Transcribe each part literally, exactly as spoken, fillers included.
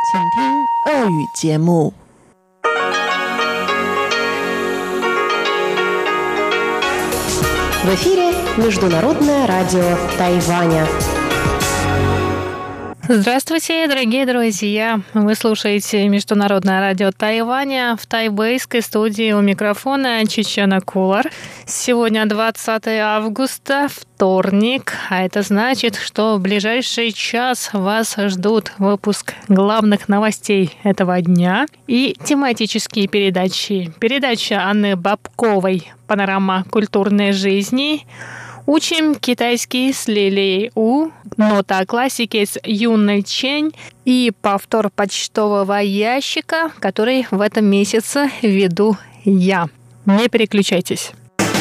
请听俄语节目。 В эфире Международное радио Тайваня. Здравствуйте, дорогие друзья! Вы слушаете Международное радио Тайваня. В тайбэйской студии у микрофона Чечена Кулар. Сегодня двадцатое августа, вторник, а это значит, что в ближайший час вас ждут выпуск главных новостей этого дня и тематические передачи. Передача Анны Бабковой «Панорама культурной жизни», «Учим китайский с Лилией У», «Нота о классике» с Юной Чень и повтор почтового ящика, который в этом месяце веду я. Не переключайтесь.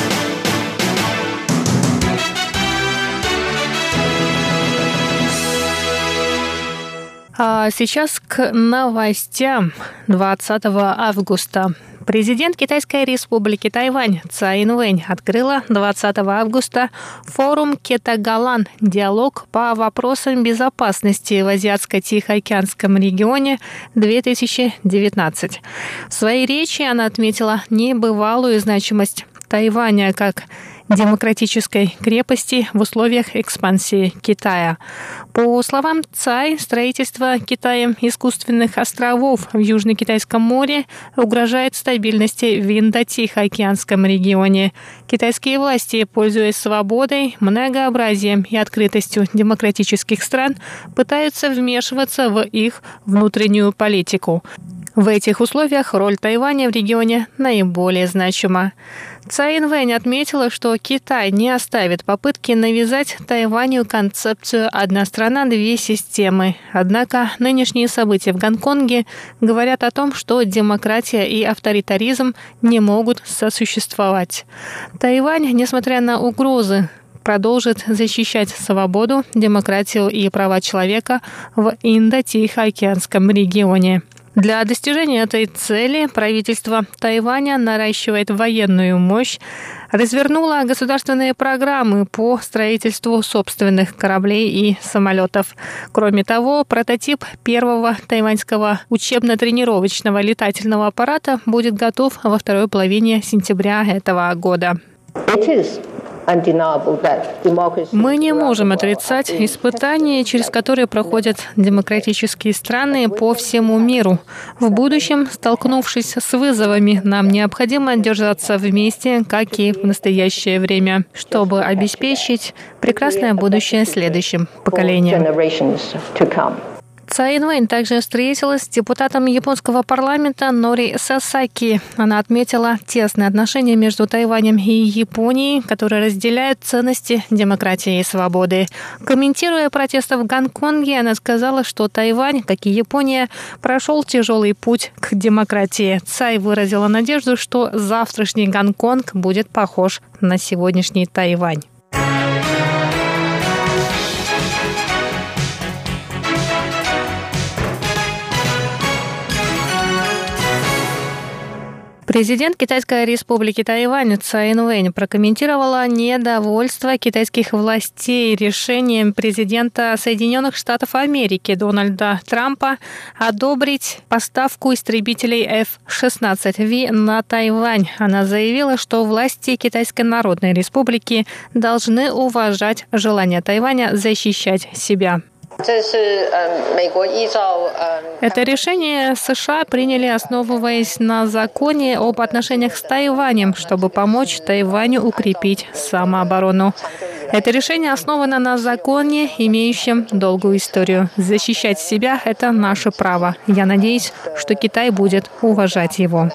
А сейчас к новостям двадцатого августа. Президент Китайской республики Тайвань Цай Инвэнь открыла двадцатого августа форум Кетагалан «Диалог по вопросам безопасности в Азиатско-Тихоокеанском регионе две тысячи девятнадцать». В своей речи она отметила небывалую значимость Тайваня как демократической крепости в условиях экспансии Китая. По словам Цай, строительство Китаем искусственных островов в Южно-Китайском море угрожает стабильности в Индо-Тихоокеанском регионе. Китайские власти, пользуясь свободой, многообразием и открытостью демократических стран, пытаются вмешиваться в их внутреннюю политику. В этих условиях роль Тайваня в регионе наиболее значима. Цай Инвэнь отметила, что Китай не оставит попытки навязать Тайваню концепцию «одна страна, две системы». Однако нынешние события в Гонконге говорят о том, что демократия и авторитаризм не могут сосуществовать. Тайвань, несмотря на угрозы, продолжит защищать свободу, демократию и права человека в Индо-Тихоокеанском регионе. Для достижения этой цели правительство Тайваня наращивает военную мощь, развернуло государственные программы по строительству собственных кораблей и самолетов. Кроме того, прототип первого тайваньского учебно-тренировочного летательного аппарата будет готов во второй половине сентября этого года. Мы не можем отрицать испытания, через которые проходят демократические страны по всему миру. В будущем, столкнувшись с вызовами, нам необходимо держаться вместе, как и в настоящее время, чтобы обеспечить прекрасное будущее следующим поколениям. Цай Инвэнь также встретилась с депутатом японского парламента Нори Сасаки. Она отметила тесные отношения между Тайванем и Японией, которые разделяют ценности демократии и свободы. Комментируя протесты в Гонконге, она сказала, что Тайвань, как и Япония, прошел тяжелый путь к демократии. Цай выразила надежду, что завтрашний Гонконг будет похож на сегодняшний Тайвань. Президент Китайской республики Тайвань Цай Инвэнь прокомментировала недовольство китайских властей решением президента Соединенных Штатов Америки Дональда Трампа одобрить поставку истребителей эф шестнадцать ви на Тайвань. Она заявила, что власти Китайской Народной Республики должны уважать желание Тайваня защищать себя. Это решение США приняли, основываясь на законе об отношениях с Тайванем, чтобы помочь Тайваню укрепить самооборону. Это решение основано на законе, имеющем долгую историю. Защищать себя – это наше право. Я надеюсь, что Китай будет уважать его.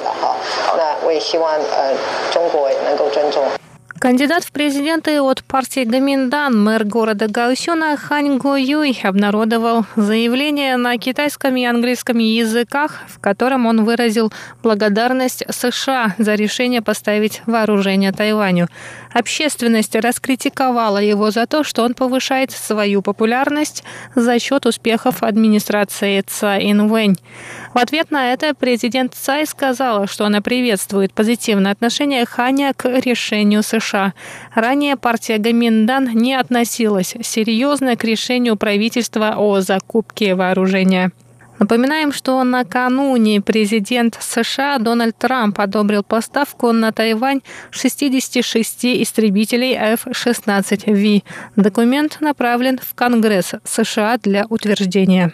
Кандидат в президенты от партии Гоминдан, мэр города Гаосюна Хань Го-Юй обнародовал заявление на китайском и английском языках, в котором он выразил благодарность США за решение поставить вооружение Тайваню. Общественность раскритиковала его за то, что он повышает свою популярность за счет успехов администрации Цай Инвэнь. В ответ на это президент Цай сказала, что она приветствует позитивное отношение Ханя к решению США. Ранее партия Гоминдан не относилась серьезно к решению правительства о закупке вооружения. Напоминаем, что накануне президент США Дональд Трамп одобрил поставку на Тайвань шестьдесят шесть истребителей эф шестнадцать ви. Документ направлен в Конгресс США для утверждения.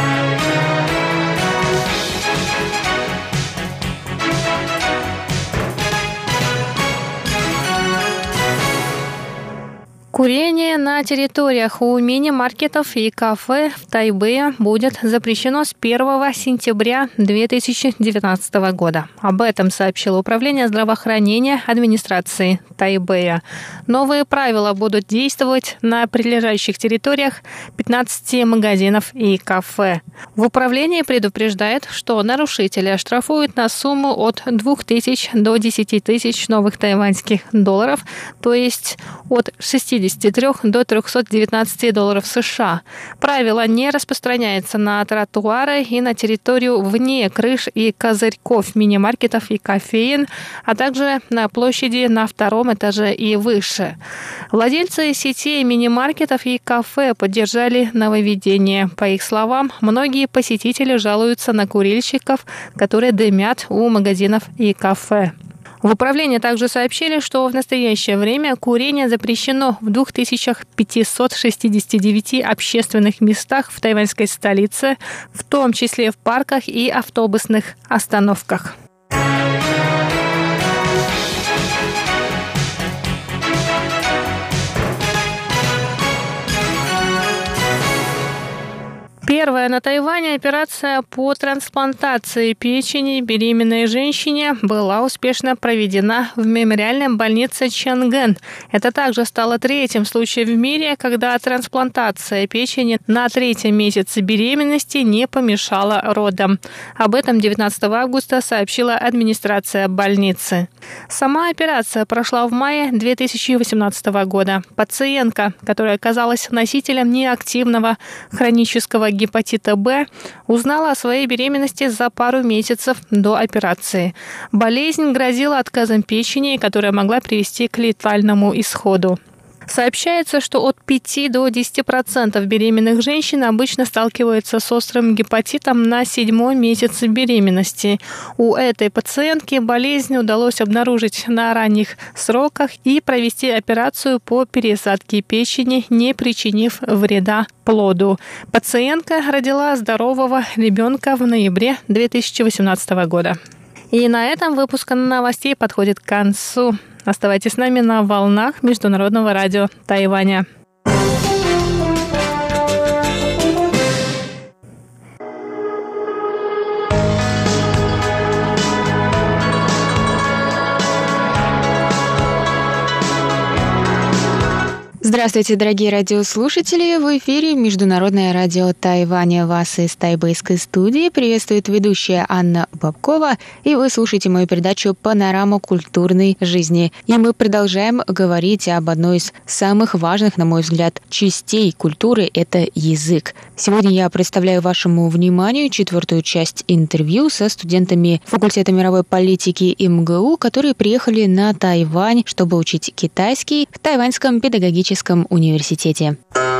Курение на территориях у мини-маркетов и кафе в Тайбэе будет запрещено с первого сентября две тысячи девятнадцатого года. Об этом сообщило Управление здравоохранения администрации Тайбэя. Новые правила будут действовать на прилежащих территориях пятнадцати магазинов и кафе. В управлении предупреждают, что нарушители оштрафуют на сумму от двух тысяч до десяти тысяч новых тайваньских долларов, то есть от шестидесяти трёх до трёхсот девятнадцати долларов США. Правило не распространяется на тротуары и на территорию вне крыш и козырьков мини-маркетов и кофеен, а также на площади на втором этаже и выше. Владельцы сетей мини-маркетов и кафе поддержали нововведение. По их словам, многие посетители жалуются на курильщиков, которые дымят у магазинов и кафе. В управлении также сообщили, что в настоящее время курение запрещено в двух тысячах пятистах шестидесяти девяти общественных местах в тайваньской столице, в том числе в парках и автобусных остановках. Первая на Тайване операция по трансплантации печени беременной женщине была успешно проведена в мемориальной больнице Чангэн. Это также стало третьим случаем в мире, когда трансплантация печени на третьем месяце беременности не помешала родам. Об этом девятнадцатого августа сообщила администрация больницы. Сама операция прошла в мае две тысячи восемнадцатого года. Пациентка, которая оказалась носителем неактивного хронического гепатита Б, узнала о своей беременности за пару месяцев до операции. Болезнь грозила отказом печени, которая могла привести к летальному исходу. Сообщается, что от пяти до десяти процентов беременных женщин обычно сталкиваются с острым гепатитом на седьмой месяц беременности. У этой пациентки болезнь удалось обнаружить на ранних сроках и провести операцию по пересадке печени, не причинив вреда плоду. Пациентка родила здорового ребенка в ноябре две тысячи восемнадцатого года. И на этом выпуск новостей подходит к концу. Оставайтесь с нами на волнах Международного радио Тайваня. Здравствуйте, дорогие радиослушатели! В эфире Международное радио Тайваня. Вас из тайбэйской студии приветствует ведущая Анна Бабкова, и вы слушаете мою передачу «Панорама культурной жизни». И мы продолжаем говорить об одной из самых важных, на мой взгляд, частей культуры – это язык. Сегодня я представляю вашему вниманию четвертую часть интервью со студентами факультета мировой политики эм гэ у, которые приехали на Тайвань, чтобы учить китайский в Тайваньском педагогическом университете.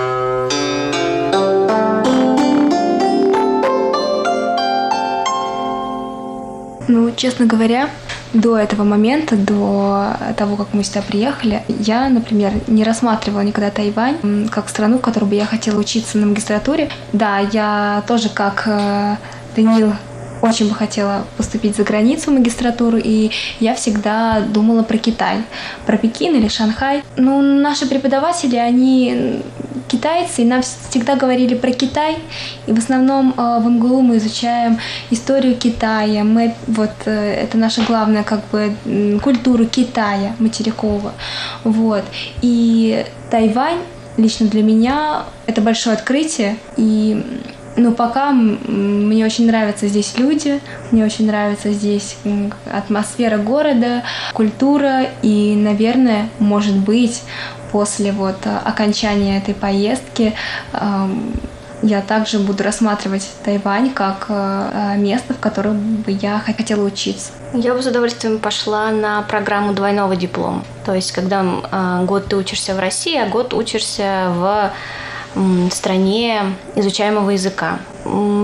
Ну, честно говоря, до этого момента, до того, как мы сюда приехали, я, например, не рассматривала никогда Тайвань как страну, в которой бы я хотела учиться на магистратуре. Да, я тоже, как э, Даниил, очень бы хотела поступить за границу в магистратуру, и я всегда думала про Китай, про Пекин или Шанхай. Ну, наши преподаватели, они китайцы, и нам всегда говорили про Китай, и в основном в эм гэ у мы изучаем историю Китая, мы, вот, это наша главная как бы культура Китая материкового. Вот. И Тайвань лично для меня это большое открытие, и ну, пока мне очень нравятся здесь люди, мне очень нравится здесь атмосфера города, культура, и, наверное, может быть, после вот окончания этой поездки я также буду рассматривать Тайвань как место, в котором бы я хотела учиться. Я бы с удовольствием пошла на программу двойного диплома. То есть, когда год ты учишься в России, а год учишься в стране изучаемого языка. Мне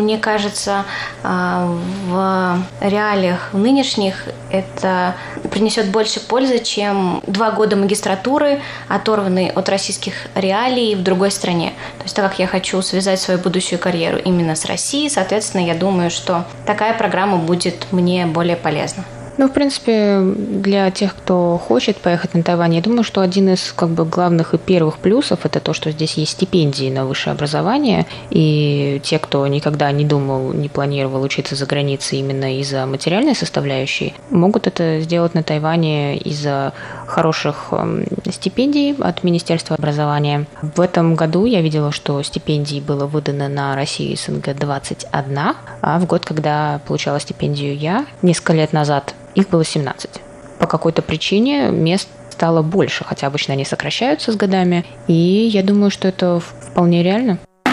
мне кажется, в реалиях нынешних это принесет больше пользы, чем два года магистратуры, оторванной от российских реалий в другой стране. То есть так как я хочу связать свою будущую карьеру именно с Россией, соответственно, я думаю, что такая программа будет мне более полезна. Ну, в принципе, для тех, кто хочет поехать на Тайвань, я думаю, что один из как бы главных и первых плюсов – это то, что здесь есть стипендии на высшее образование, и те, кто никогда не думал, не планировал учиться за границей именно из-за материальной составляющей, могут это сделать на Тайване из-за хороших стипендий от Министерства образования. В этом году я видела, что стипендий было выдано на Россию и СНГ двадцать одна, а в год, когда получала стипендию я, несколько лет назад, их было семнадцать. По какой-то причине мест стало больше, хотя обычно они сокращаются с годами, и я думаю, что это вполне реально.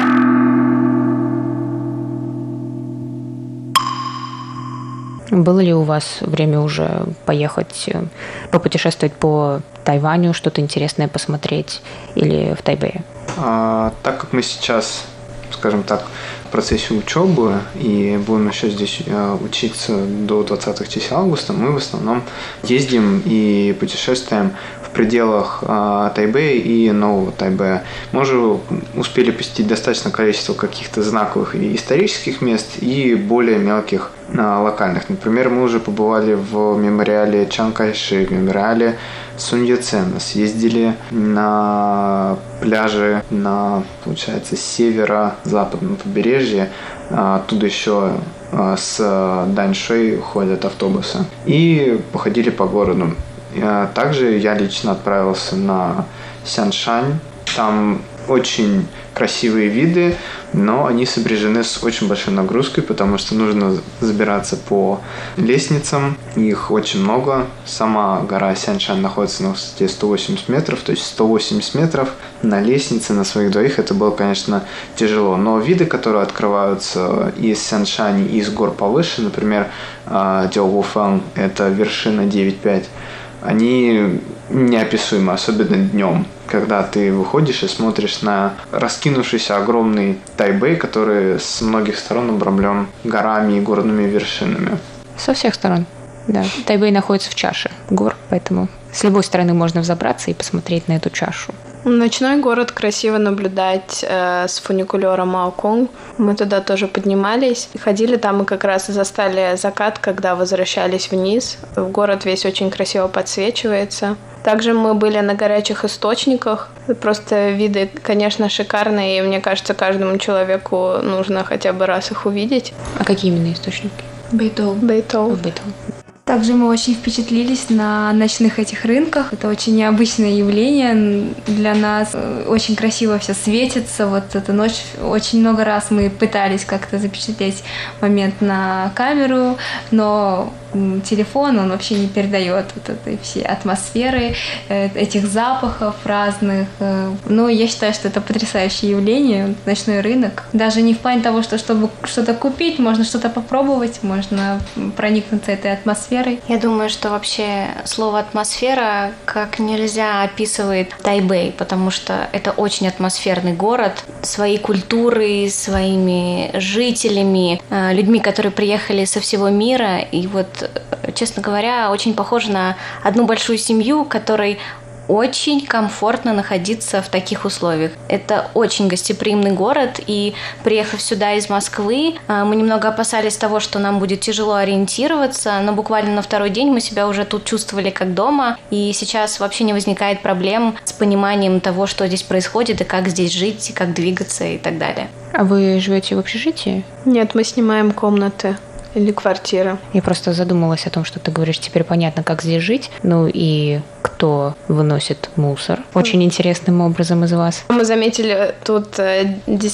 Было ли у вас время уже поехать, попутешествовать по Тайваню, что-то интересное посмотреть, или в Тайбэе? А, так как мы сейчас, скажем так, в процессе учебы и будем еще здесь учиться до двадцатых чисел августа, мы в основном ездим и путешествуем в пределах э, Тайбэя и Нового Тайбэя. Мы уже успели посетить достаточное количество каких-то знаковых и исторических мест и более мелких э, локальных. Например, мы уже побывали в мемориале Чан Кайши, в мемориале Сунь Яцена, съездили на пляжи на, получается, северо-западном побережье. Оттуда еще с Даньшуй ходят автобусы. И походили по городу. Также я лично отправился на Сяншань. Там очень красивые виды, но они сопряжены с очень большой нагрузкой, потому что нужно забираться по лестницам. Их очень много. Сама гора Сяншань находится на высоте сто восемьдесят метров, то есть сто восемьдесят метров на лестнице на своих двоих. Это было, конечно, тяжело. Но виды, которые открываются из Сяншани и из гор повыше, например, Дяогуфэн, это вершина девять пять, они неописуемы, особенно днем, когда ты выходишь и смотришь на раскинувшийся огромный Тайбэй, который с многих сторон обрамлен горами и горными вершинами. Со всех сторон, да. Тайбэй находится в чаше гор, поэтому с любой стороны можно взобраться и посмотреть на эту чашу. Ночной город красиво наблюдать э, с фуникулера Маоконг. Мы туда тоже поднимались. Ходили там и как раз застали закат, когда возвращались вниз. Город весь очень красиво подсвечивается. Также мы были на горячих источниках. Просто виды, конечно, шикарные, и мне кажется, каждому человеку нужно хотя бы раз их увидеть. А какие именно источники? Бэйтоу. Бэйтоу. Бэйтоу. Также мы очень впечатлились на ночных этих рынках. Это очень необычное явление для нас. Очень красиво все светится. Вот эта ночь, очень много раз мы пытались как-то запечатлеть момент на камеру, но телефон, он вообще не передает вот этой всей атмосферы, этих запахов разных. Но я считаю, что это потрясающее явление, ночной рынок. Даже не в плане того, что чтобы что-то купить, можно что-то попробовать, можно проникнуться этой атмосферой. Я думаю, что вообще слово «атмосфера» как нельзя описывает Тайбэй, потому что это очень атмосферный город, своей культурой, своими жителями, людьми, которые приехали со всего мира. И вот, честно говоря, очень похоже на одну большую семью, которой очень комфортно находиться в таких условиях. Это очень гостеприимный город, и приехав сюда из Москвы, мы немного опасались того, что нам будет тяжело ориентироваться, но буквально на второй день мы себя уже тут чувствовали как дома, и сейчас вообще не возникает проблем с пониманием того, что здесь происходит, и как здесь жить, и как двигаться и так далее. А вы живете в общежитии? Нет, мы снимаем комнаты. Или квартира. Я просто задумалась о том, что ты говоришь, теперь понятно, как здесь жить. Ну и кто выносит мусор. Очень интересным образом из вас. Мы заметили, тут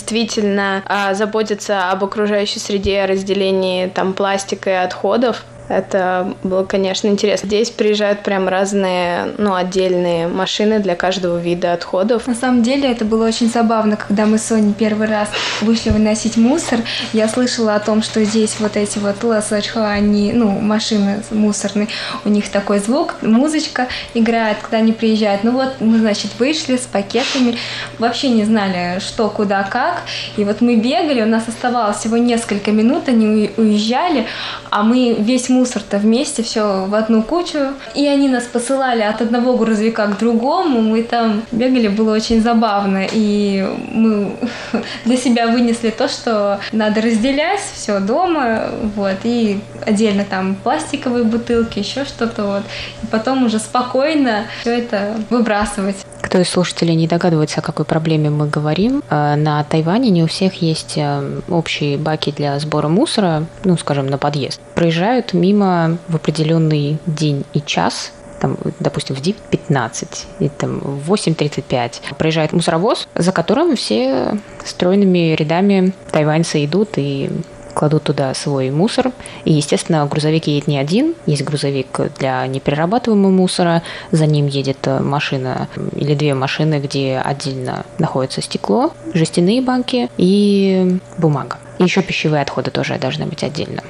действительно заботятся об окружающей среде, о разделении там пластика и отходов. Это было, конечно, интересно. Здесь приезжают прям разные, ну, отдельные машины для каждого вида отходов. На самом деле это было очень забавно, когда мы с Соней первый раз вышли выносить мусор. Я слышала о том, что здесь вот эти вот ласочха, они, ну, машины мусорные, у них такой звук, музычка играет, когда они приезжают. Ну вот мы, значит, вышли с пакетами, вообще не знали, что, куда, как. И вот мы бегали, у нас оставалось всего несколько минут, они уезжали, а мы весь мусор-то вместе, все в одну кучу. И они нас посылали от одного грузовика к другому, мы там бегали, было очень забавно. И мы для себя вынесли то, что надо разделять все дома, вот, и отдельно там пластиковые бутылки, еще что-то вот. И потом уже спокойно все это выбрасывать. Кто из слушателей не догадывается, о какой проблеме мы говорим, на Тайване не у всех есть общие баки для сбора мусора, ну, скажем, на подъезд. Проезжают мимо в определенный день и час, там, допустим, в девять пятнадцать и там, в восемь тридцать пять проезжает мусоровоз, за которым все стройными рядами тайваньцы идут и кладут туда свой мусор. И, естественно, грузовик едет не один. Есть грузовик для неперерабатываемого мусора. За ним едет машина или две машины, где отдельно находится стекло, жестяные банки и бумага. И еще пищевые отходы тоже должны быть отдельно.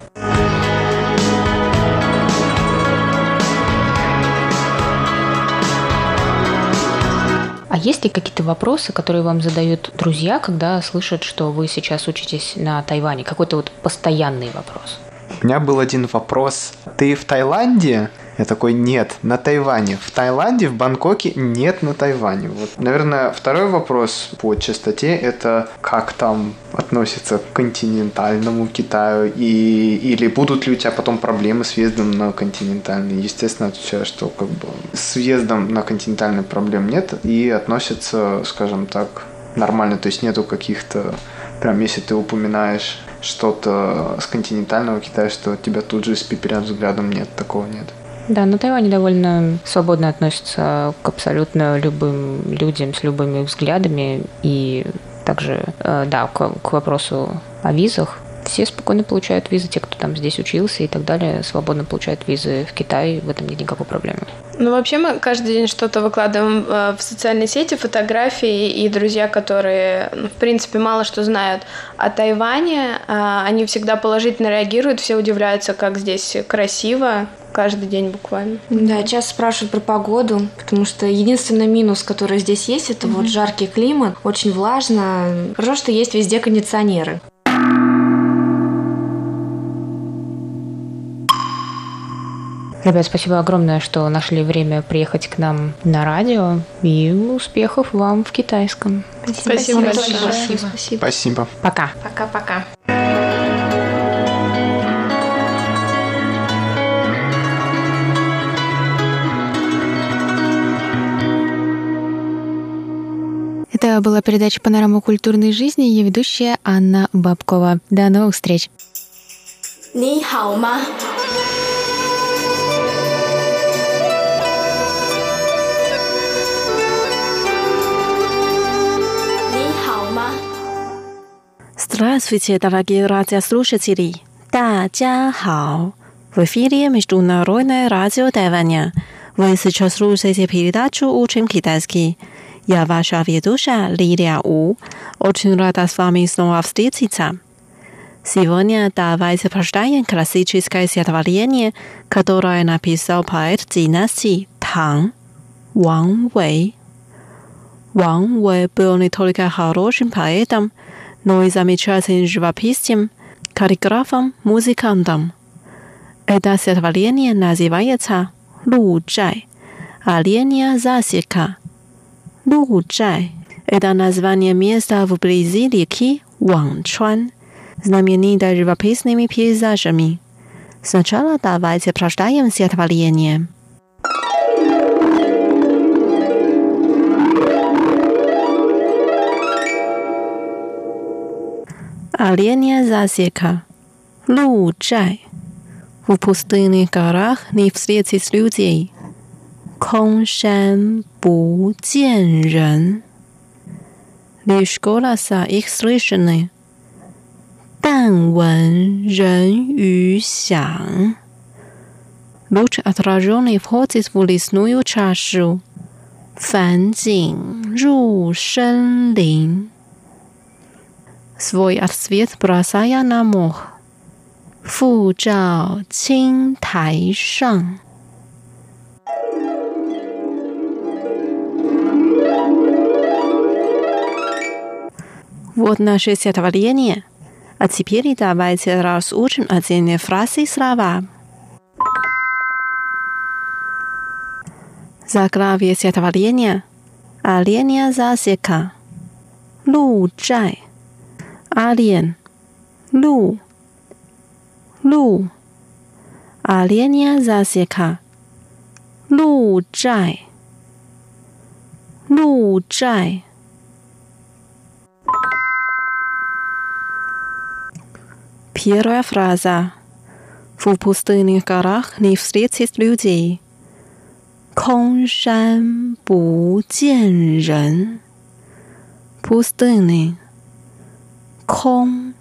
А есть ли какие-то вопросы, которые вам задают друзья, когда слышат, что вы сейчас учитесь на Тайване? Какой-то вот постоянный вопрос. У меня был один вопрос. Ты в Таиланде? Я такой, нет, на Тайване. В Таиланде, в Бангкоке, нет, на Тайване. Вот, наверное, второй вопрос по частоте – это как там относится к континентальному Китаю, и, или будут ли у тебя потом проблемы с въездом на континентальный. Естественно, отвечаю, что как бы с въездом на континентальный проблем нет, и относятся, скажем так, нормально. То есть нету каких-то, прям если ты упоминаешь что-то с континентального Китая, что тебя тут же испепелят взглядом, нет, такого нет. Да, на Тайване довольно свободно относятся к абсолютно любым людям с любыми взглядами. И также, да, к, к вопросу о визах. Все спокойно получают визы, те, кто там здесь учился и так далее, свободно получают визы в Китай, в этом нет никакой проблемы. Ну, вообще мы каждый день что-то выкладываем в социальные сети, фотографии, и друзья, которые, ну, в принципе, мало что знают о Тайване, они всегда положительно реагируют, все удивляются, как здесь красиво, каждый день буквально. Да, часто спрашивают про погоду, потому что единственный минус, который здесь есть, это mm-hmm. вот жаркий климат, очень влажно. Хорошо, что есть везде кондиционеры. Ребят, спасибо огромное, что нашли время приехать к нам на радио. И успехов вам в китайском. Спасибо, спасибо большое. Спасибо. Спасибо. Спасибо. Пока. Пока-пока. Это была передача «Панорама культурной жизни», ее ведущая Анна Бабкова. До новых встреч. Ни хао ма? Здравствуйте, дорогие радиослушатели! 大家好! В эфире Международное радио Тайваня. Вы сейчас слушаете передачу «Учим китайский». Я ваша ведущая Лилия У. Очень рада с вами снова встретиться. Сегодня давайте прочитаем классическое стихотворение, которое написал поэт династии Тang Ван Вэй. Ван Вэй был не только хорошим поэтом, но и замечательным живописцем, каллиграфом, музыкантом. Это стихотворение называется «Лу-чай», «Оленья засека». Лу-чай – это название места вблизи реки Ванчуан, знаменитой живописными пейзажами. Сначала давайте прочитаем стихотворение. Оленья засека. Лу-чай. В пустынных горах не встретить людей. 空山不见人. Лишь голоса их слышны. 但闻人语响. Луч, отраженный, входит в лесную чашу. 返景入深林. Свой отсвет бросая на мох. 复照青苔上. Вот наше стихотворение. А теперь давайте разучим отдельные фразы и слова. Заглавие стихотворения. Оленья засека. 鹿寨. Олень. 鹿. 鹿. Оленья засека. 鹿寨. 鹿寨. Первая фраза. В пустынных горах не встретить людей. 空山不见人. Пустыны. 空.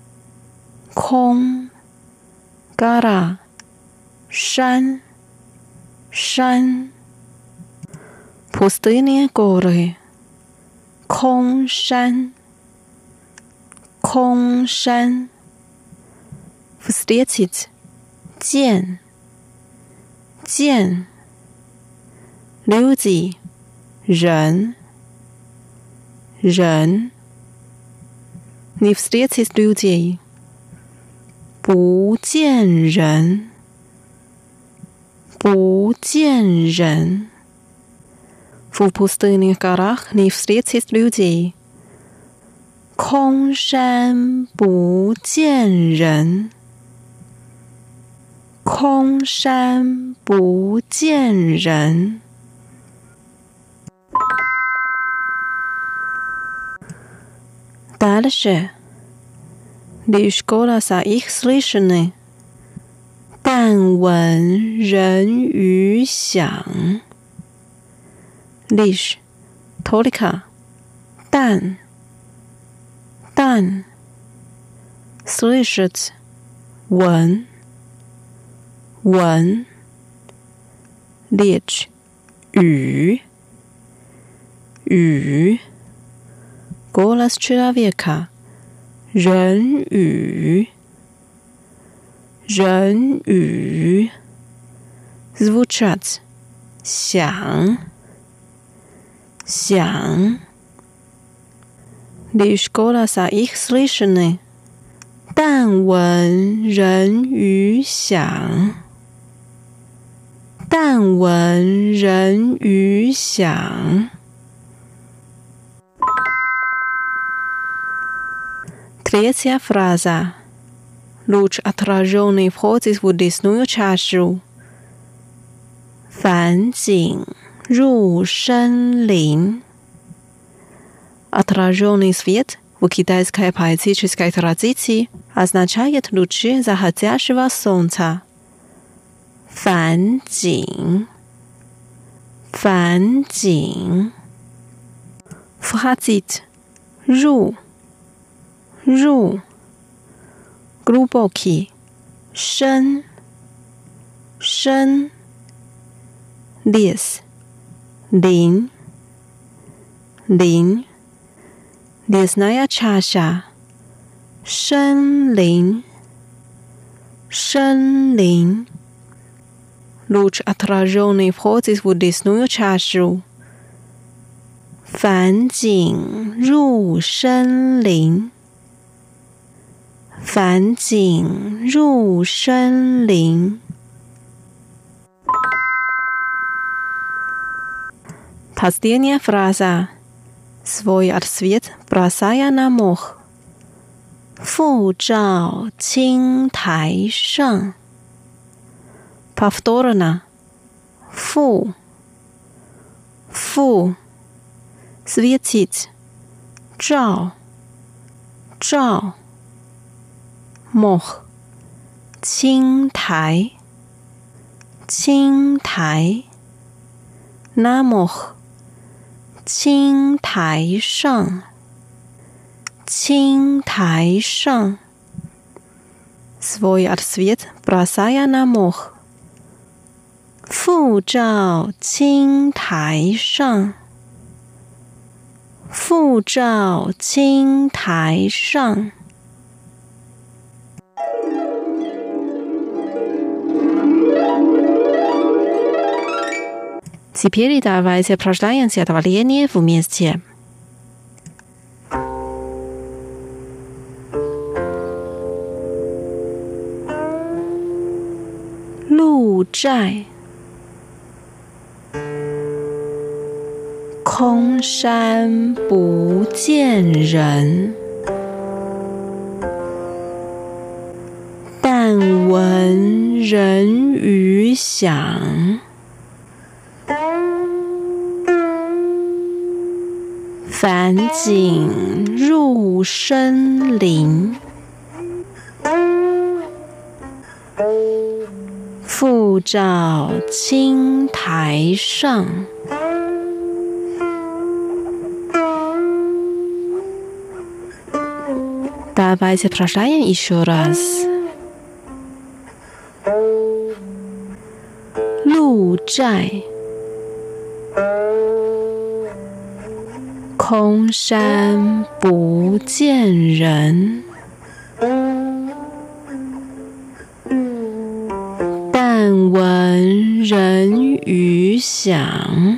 空. Гора. 山. 山. Пустынные горы. 空山. 空山. Встретить. 见. 见. Люди. 人. 人. Не встретить людей. 不见人. 不见人. В пустынных горах не встретить людей. 空山不见人. 空山不见人. Дальше. Лишь голоса их слышны. 但闻人语响. Лишь. Только. 但. 但. Слышать. 闻. 闻. Речь. 语. 语. Голос человека. 人语. 人语. Звучать. 响. 响. Лишь голоса их слышны. 但闻人语响. 但闻人语响. Третья фраза. Луч, отраженный, входит в лесную чашу. 返景入深林. Отраженный свет в китайской поэтической традиции означает лучи заходящего солнца. 返景. 返景. Входить. 入. 入. Глубокий. 深. 深. Лес. 林. 林. Лесная чаша. 森林. 森林. Луч, отраженный, входит в лесную чашу. 返景入深林. 返景入深林. Последняя фраза. Свой отсвет бросая на мох. 复照青苔上. Повторно. 复. 复. Светить. 照. 照. Мох. 青苔. 青苔. На мох. 青苔上. 青苔上. Свой отсвет бросая на мох. 复照青苔上，复照青苔上。Теперь давайте прочитаем стихотворение вместе. 鹿柴，空山不见人，但闻人语响。返景入深林，复照青苔上。Давайте прочитаем еще раз. 鹿柴，空山不见人，但闻人语响。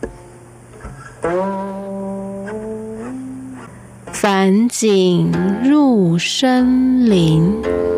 返景入深林，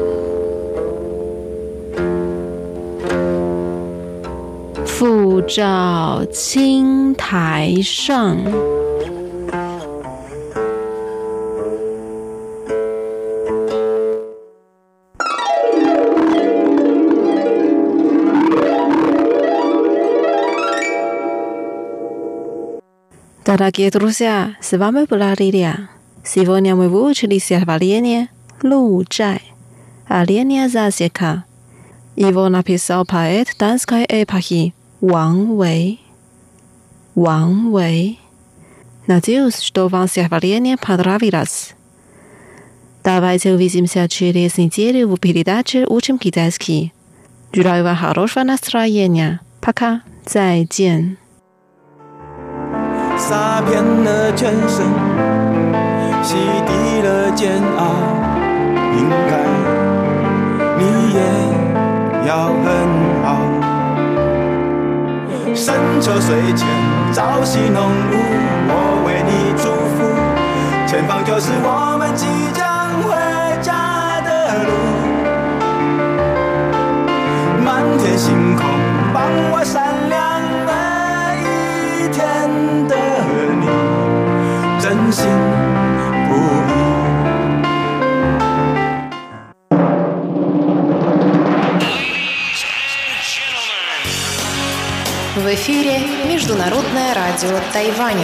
复照青苔上。Дорогие друзья, с вами была Лилия. Сегодня мы выучили стихотворение «Лу Чай» «Оленья засека». Его написал поэт данской эпохи Ван Вэй. Ван Вэй. Надеюсь, что вам стихотворение понравилось. Давайте увидимся через неделю в передаче «Учим китайский». Желаю вам хорошего настроения. Пока. 再见。 洒遍了全身，洗涤了煎熬，应该你也要很好。深秋水前朝夕浓雾，我为你祝福，前方就是我们即将回家的路。满天星空帮我闪亮每一天的你，真心不移。 В эфире Международное радио Тайваня.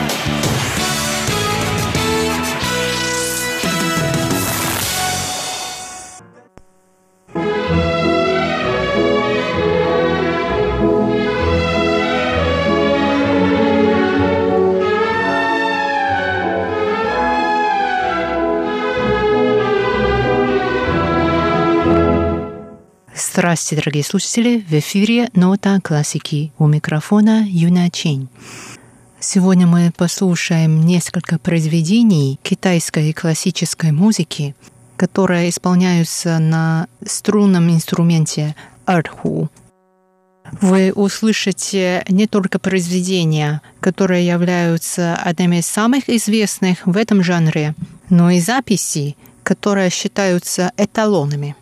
Здравствуйте, дорогие слушатели! В эфире «Нота классики». У микрофона Юна Чень. Сегодня мы послушаем несколько произведений китайской классической музыки, которые исполняются на струнном инструменте эрху. Вы услышите не только произведения, которые являются одними из самых известных в этом жанре, но и записи, которые считаются эталонами.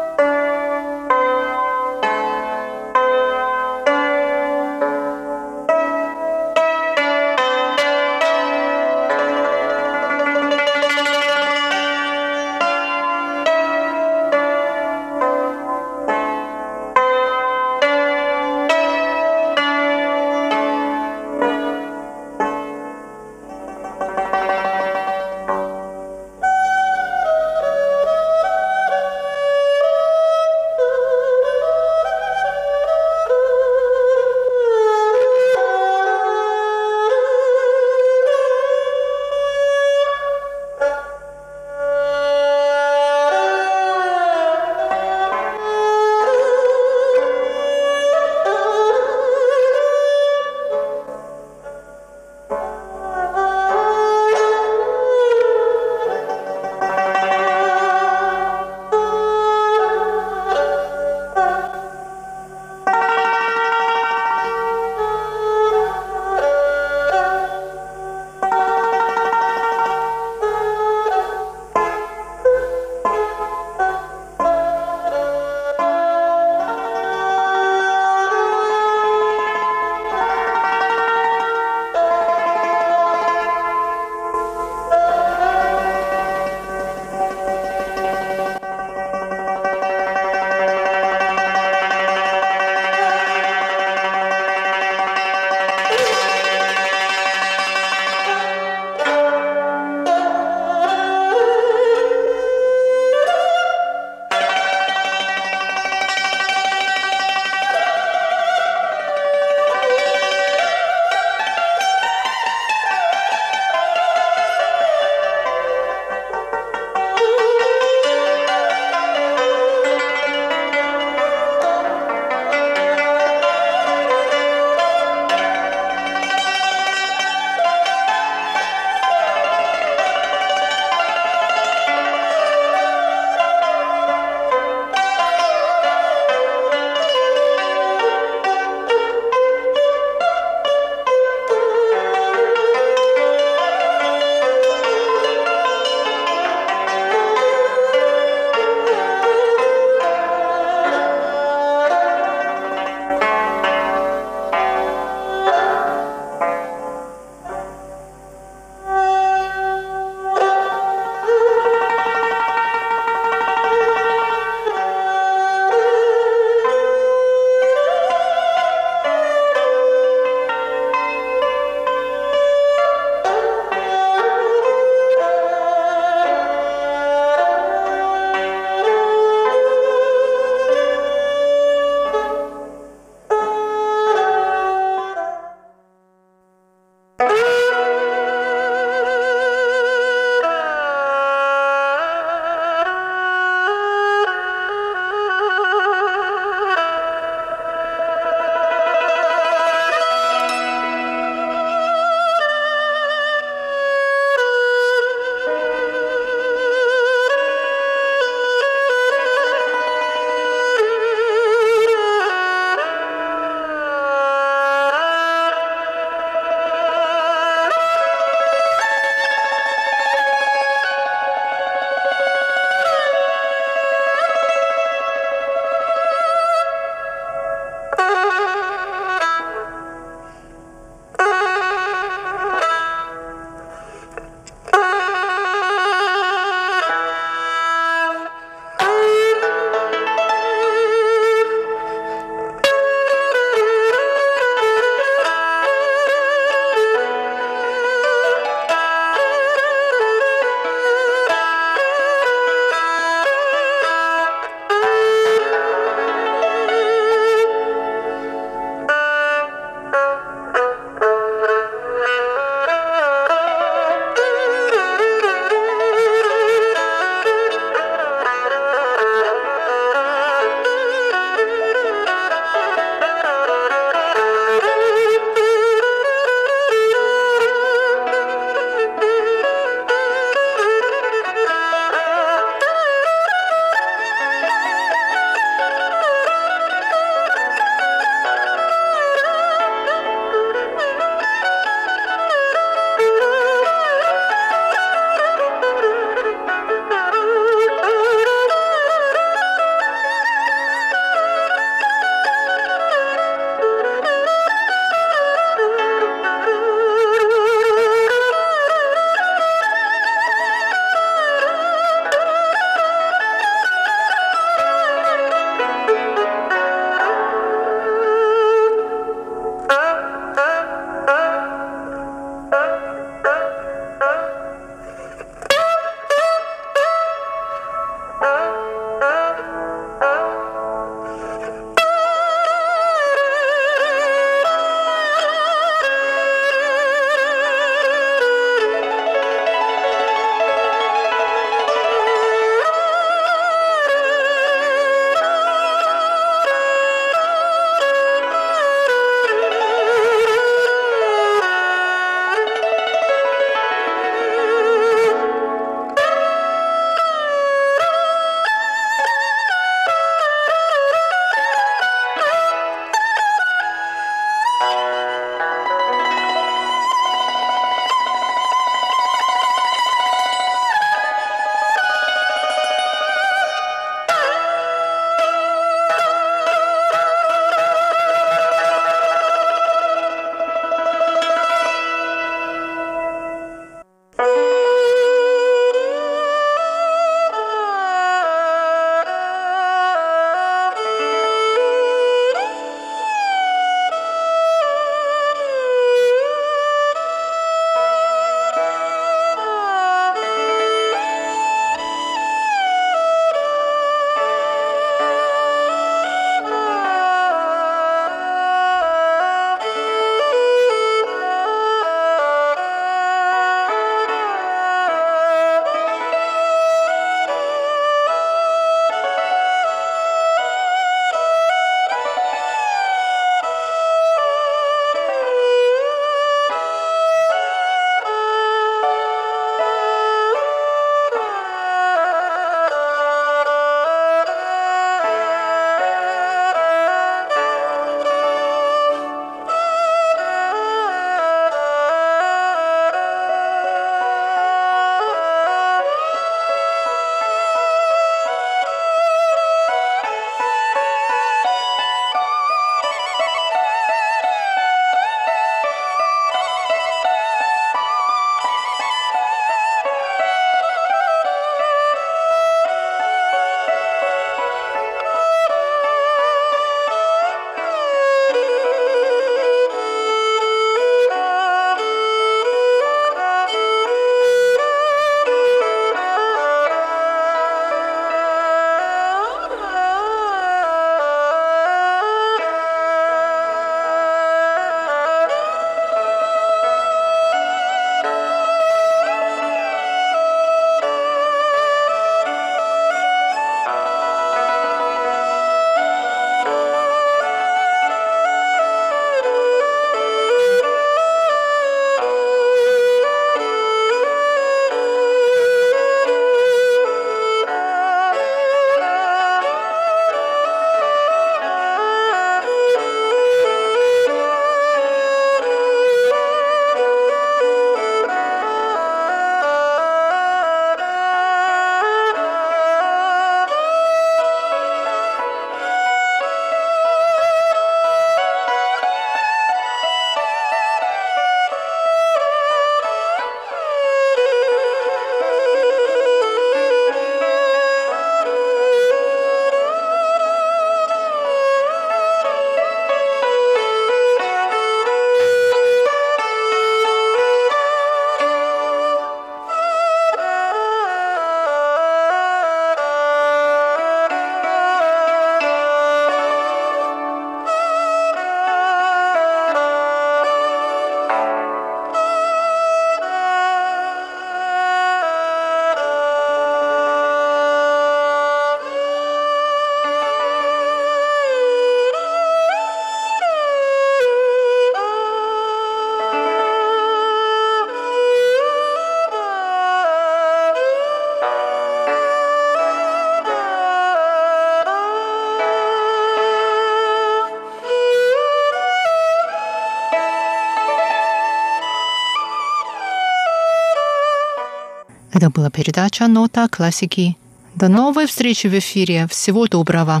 Это была передача «Нота классики». До новой встречи в эфире. Всего доброго.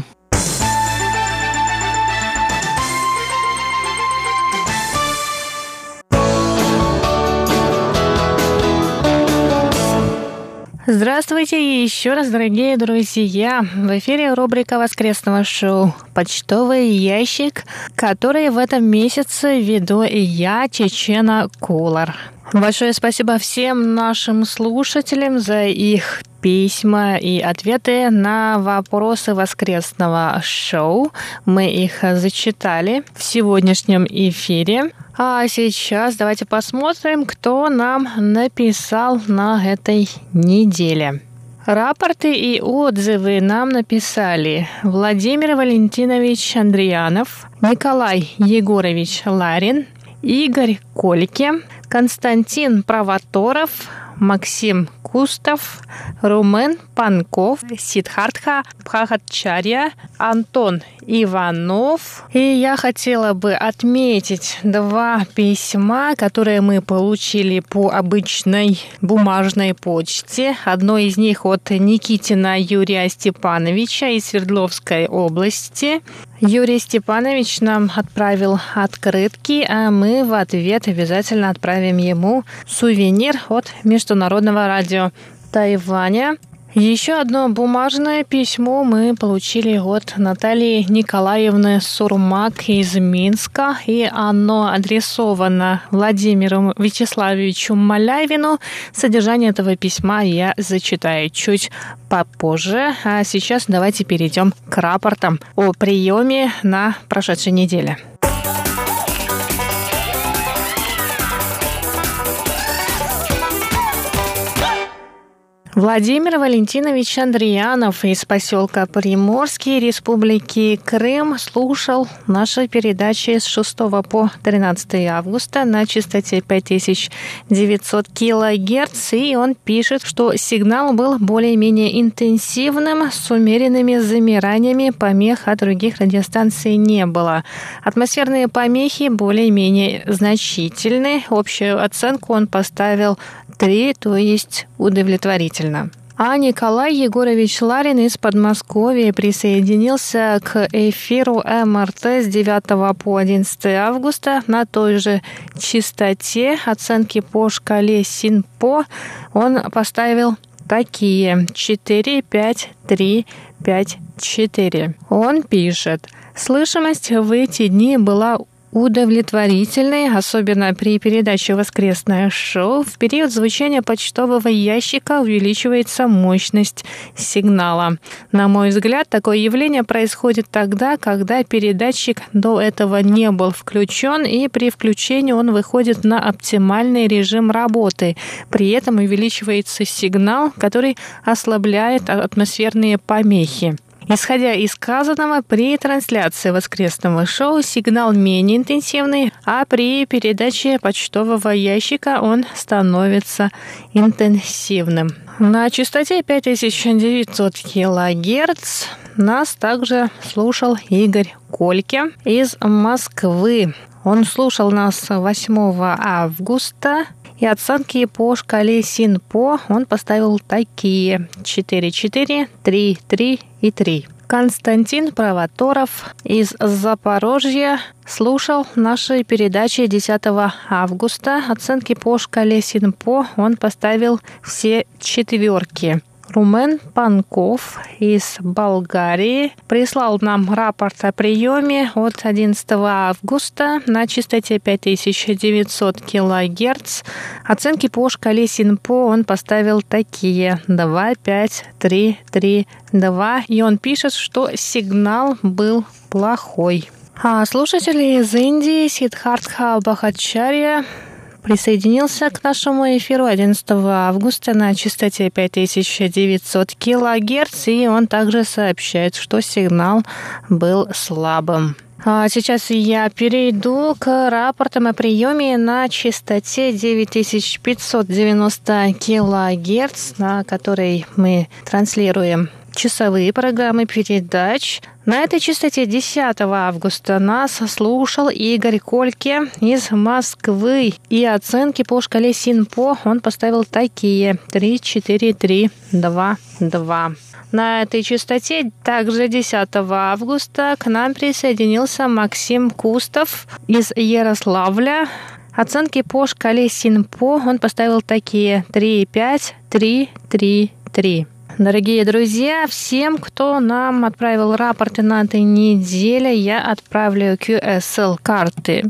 Здравствуйте еще раз, дорогие друзья! В эфире рубрика воскресного шоу «Почтовый ящик», который в этом месяце веду я, Чечена Кулар. Большое спасибо всем нашим слушателям за их письма и ответы на вопросы воскресного шоу. Мы их зачитали в сегодняшнем эфире. А сейчас давайте посмотрим, кто нам написал на этой неделе. Рапорты и отзывы нам написали Владимир Валентинович Андрианов, Николай Егорович Ларин, Игорь Кольке, Константин Провоторов, Максим Кустов, Румен Панков, Сиддхартха Бхагатчарья, Антон Иванов. И я хотела бы отметить два письма, которые мы получили по обычной бумажной почте. Одно из них от Никитина Юрия Степановича из Свердловской области. Юрий Степанович нам отправил открытки, а мы в ответ обязательно отправим ему сувенир от Международного радио Тайваня. Еще одно бумажное письмо мы получили от Натальи Николаевны Сурмак из Минска, и оно адресовано Владимиру Вячеславовичу Малявину. Содержание этого письма я зачитаю чуть попозже, а сейчас давайте перейдем к рапортам о приеме на прошедшей неделе. Владимир Валентинович Андрианов из поселка Приморский Республики Крым слушал наши передачи с шестого по тринадцатое августа на частоте пять тысяч девятьсот килогерц, и он пишет, что сигнал был более-менее интенсивным, с умеренными замираниями, помех от других радиостанций не было. Атмосферные помехи более-менее значительны. Общую оценку он поставил три, то есть удовлетворительно. А Николай Егорович Ларин из Подмосковья присоединился к эфиру эм эр тэ с девятого по одиннадцатое августа на той же частоте. Оценки по шкале Синпо он поставил такие: четыре, пять, три, пять, четыре. Он пишет: слышимость в эти дни была удовлетворительной, особенно при передаче «Воскресное шоу». В период звучания почтового ящика увеличивается мощность сигнала. На мой взгляд, такое явление происходит тогда, когда передатчик до этого не был включен, и при включении он выходит на оптимальный режим работы. При этом увеличивается сигнал, который ослабляет атмосферные помехи. Исходя из сказанного, при трансляции воскресного шоу сигнал менее интенсивный, а при передаче почтового ящика он становится интенсивным. На частоте пять тысяч девятьсот килогерц нас также слушал Игорь Кольке из Москвы. Он слушал нас восьмого августа. И оценки по шкале Синпо он поставил такие: четыре, четыре, три, три и три. Константин Провоторов из Запорожья слушал наши передачи десятого августа. Оценки по шкале Синпо он поставил все четверки. Румен Панков из Болгарии прислал нам рапорт о приеме от одиннадцатого августа на частоте пять тысяч девятьсот килогерц. Оценки по шкале Синпо он поставил такие: два, пять, три, три, два. И он пишет, что сигнал был плохой. А слушатели из Индии Сиддхартха Бхагатчарья присоединился к нашему эфиру одиннадцатого августа на частоте пять тысяч девятьсот килогерц, и он также сообщает, что сигнал был слабым. А сейчас я перейду к рапортам о приеме на частоте девять тысяч пятьсот девяносто килогерц, на которой мы транслируем часовые программы передач. На этой частоте десятого августа нас слушал Игорь Кольке из Москвы. И оценки по шкале Синпо он поставил такие: три, четыре, три, два, два. На этой частоте также десятого августа к нам присоединился Максим Кустов из Ярославля. Оценки по шкале Синпо он поставил такие: три, пять, три, три, три. Дорогие друзья, всем, кто нам отправил рапорты на этой неделе, я отправлю кью эс эл-карты.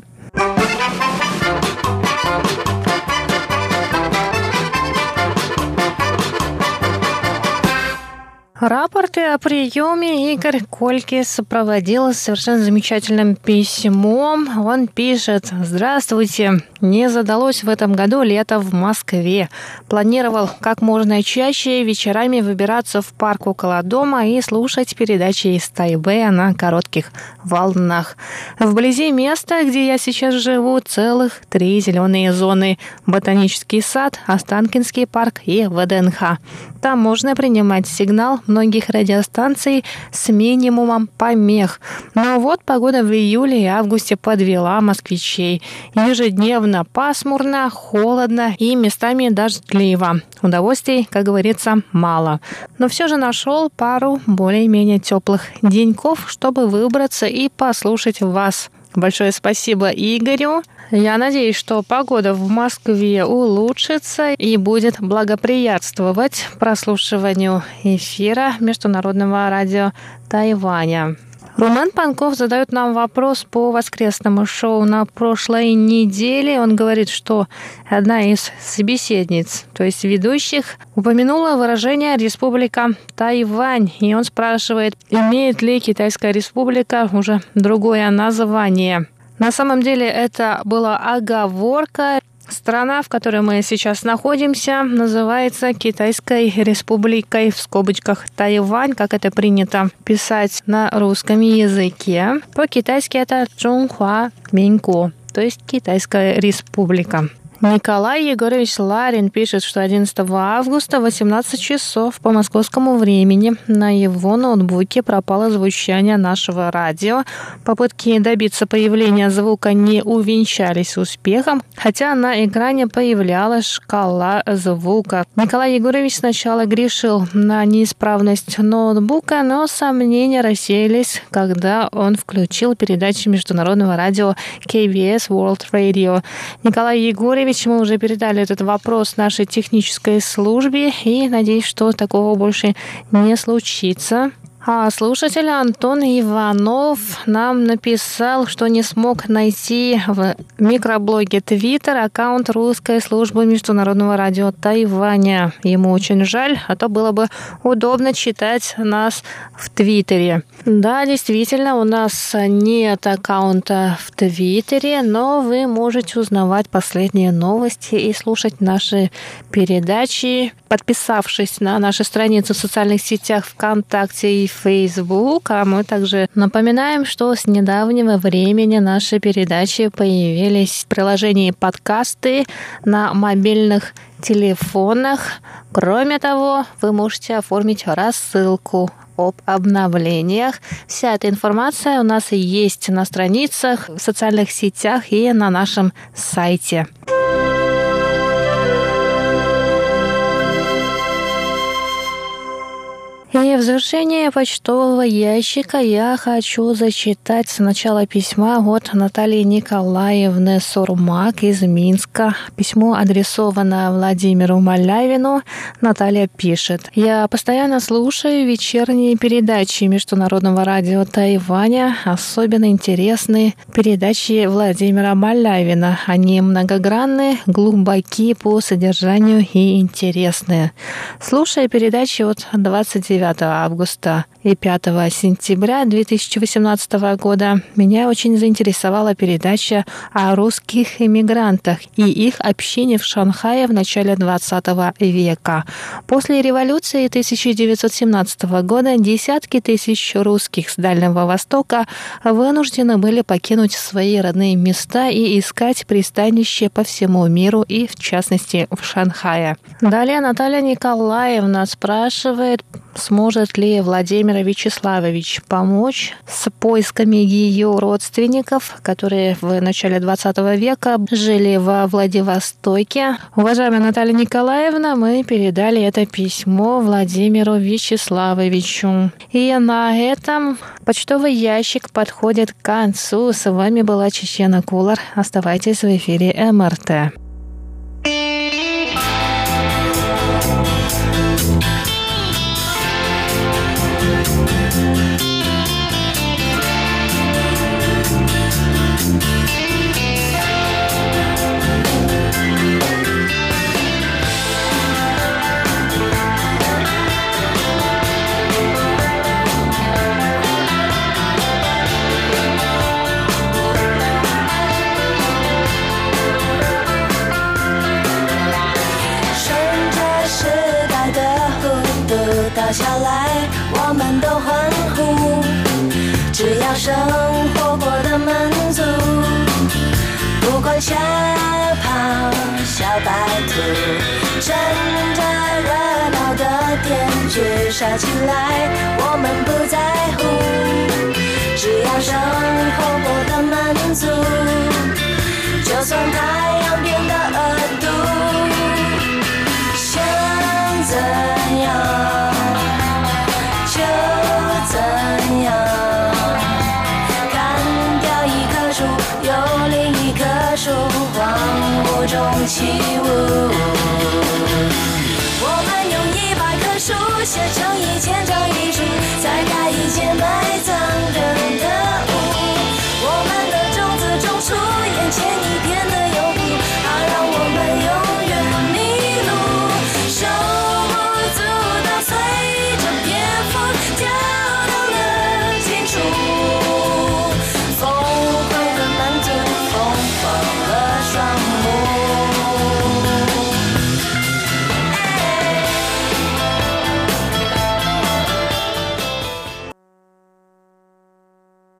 Рапорты о приеме Игорь Кольке сопроводил совершенно замечательным письмом. Он пишет: «Здравствуйте. Не задалось в этом году лето в Москве. Планировал как можно чаще вечерами выбираться в парк около дома и слушать передачи из Тайбэя на коротких волнах. Вблизи места, где я сейчас живу, целых три зеленые зоны: Ботанический сад, Останкинский парк и вэ дэ эн ха. Там можно принимать сигнал многих радиостанций с минимумом помех. Но вот погода в июле и августе подвела москвичей. Ежедневно пасмурно, холодно и местами дождливо. Удовольствий, как говорится, мало. Но все же нашел пару более-менее теплых деньков, чтобы выбраться и послушать вас. Большое спасибо Игорю. Я надеюсь, что погода в Москве улучшится и будет благоприятствовать прослушиванию эфира Международного радио Тайваня. Румэн Панков задает нам вопрос по воскресному шоу на прошлой неделе. Он говорит, что одна из собеседниц, то есть ведущих, упомянула выражение «Республика Тайвань». И он спрашивает, имеет ли Китайская республика уже другое название. На самом деле это была оговорка. Страна, в которой мы сейчас находимся, называется Китайской республикой, в скобочках Тайвань, как это принято писать на русском языке. По-китайски это Чжунхуа Миньгуо, то есть Китайская республика. Николай Егорович Ларин пишет, что одиннадцатого августа в восемнадцать часов по московскому времени на его ноутбуке пропало звучание нашего радио. Попытки добиться появления звука не увенчались успехом, хотя на экране появлялась шкала звука. Николай Егорович сначала грешил на неисправность ноутбука, но сомнения рассеялись, когда он включил передачи международного радио кей би эс World Radio. Николай Егорович, мы уже передали этот вопрос нашей технической службе и надеюсь, что такого больше не случится. А слушатель Антон Иванов нам написал, что не смог найти в микроблоге Twitter аккаунт русской службы Международного радио Тайваня. Ему очень жаль, а то было бы удобно читать нас в Твиттере. Да, действительно, у нас нет аккаунта в Твиттере, но вы можете узнавать последние новости и слушать наши передачи, подписавшись на наши страницы в социальных сетях ВКонтакте и Facebook. А мы также напоминаем, что с недавнего времени наши передачи появились в приложении подкасты на мобильных телефонах. Кроме того, вы можете оформить рассылку об обновлениях. Вся эта информация у нас есть на страницах, в социальных сетях и на нашем сайте. И в завершение почтового ящика я хочу зачитать сначала письма от Натальи Николаевны Сурмак из Минска. Письмо адресовано Владимиру Малявину. Наталья пишет: «Я постоянно слушаю вечерние передачи Международного радио Тайваня. Особенно интересны передачи Владимира Малявина. Они многогранны, глубоки по содержанию и интересные. Слушая передачи от двадцать девятого августа и пятого сентября две тысячи восемнадцатого года, меня очень заинтересовала передача о русских эмигрантах и их общине в Шанхае в начале двадцатого века. После революции тысяча девятьсот семнадцатого года десятки тысяч русских с Дальнего Востока вынуждены были покинуть свои родные места и искать пристанище по всему миру и, в частности, в Шанхае». Далее Наталья Николаевна спрашивает, сможет ли Владимир Вячеславович помочь с поисками ее родственников, которые в начале двадцатого века жили во Владивостоке. Уважаемая Наталья Николаевна, мы передали это письмо Владимиру Вячеславовичу. И на этом почтовый ящик подходит к концу. С вами была Чечена Кулар. Оставайтесь в эфире эм эр тэ. 倒下来，我们都欢呼。只要生活过得满足，不管小跑小白兔，趁着热闹的天剧杀起来，我们不在乎。只要生活过得满足，就算太阳变得恶毒，想怎样就怎样，砍掉一棵树，有另一棵树，荒芜中起舞。我们用一百棵树写成一千张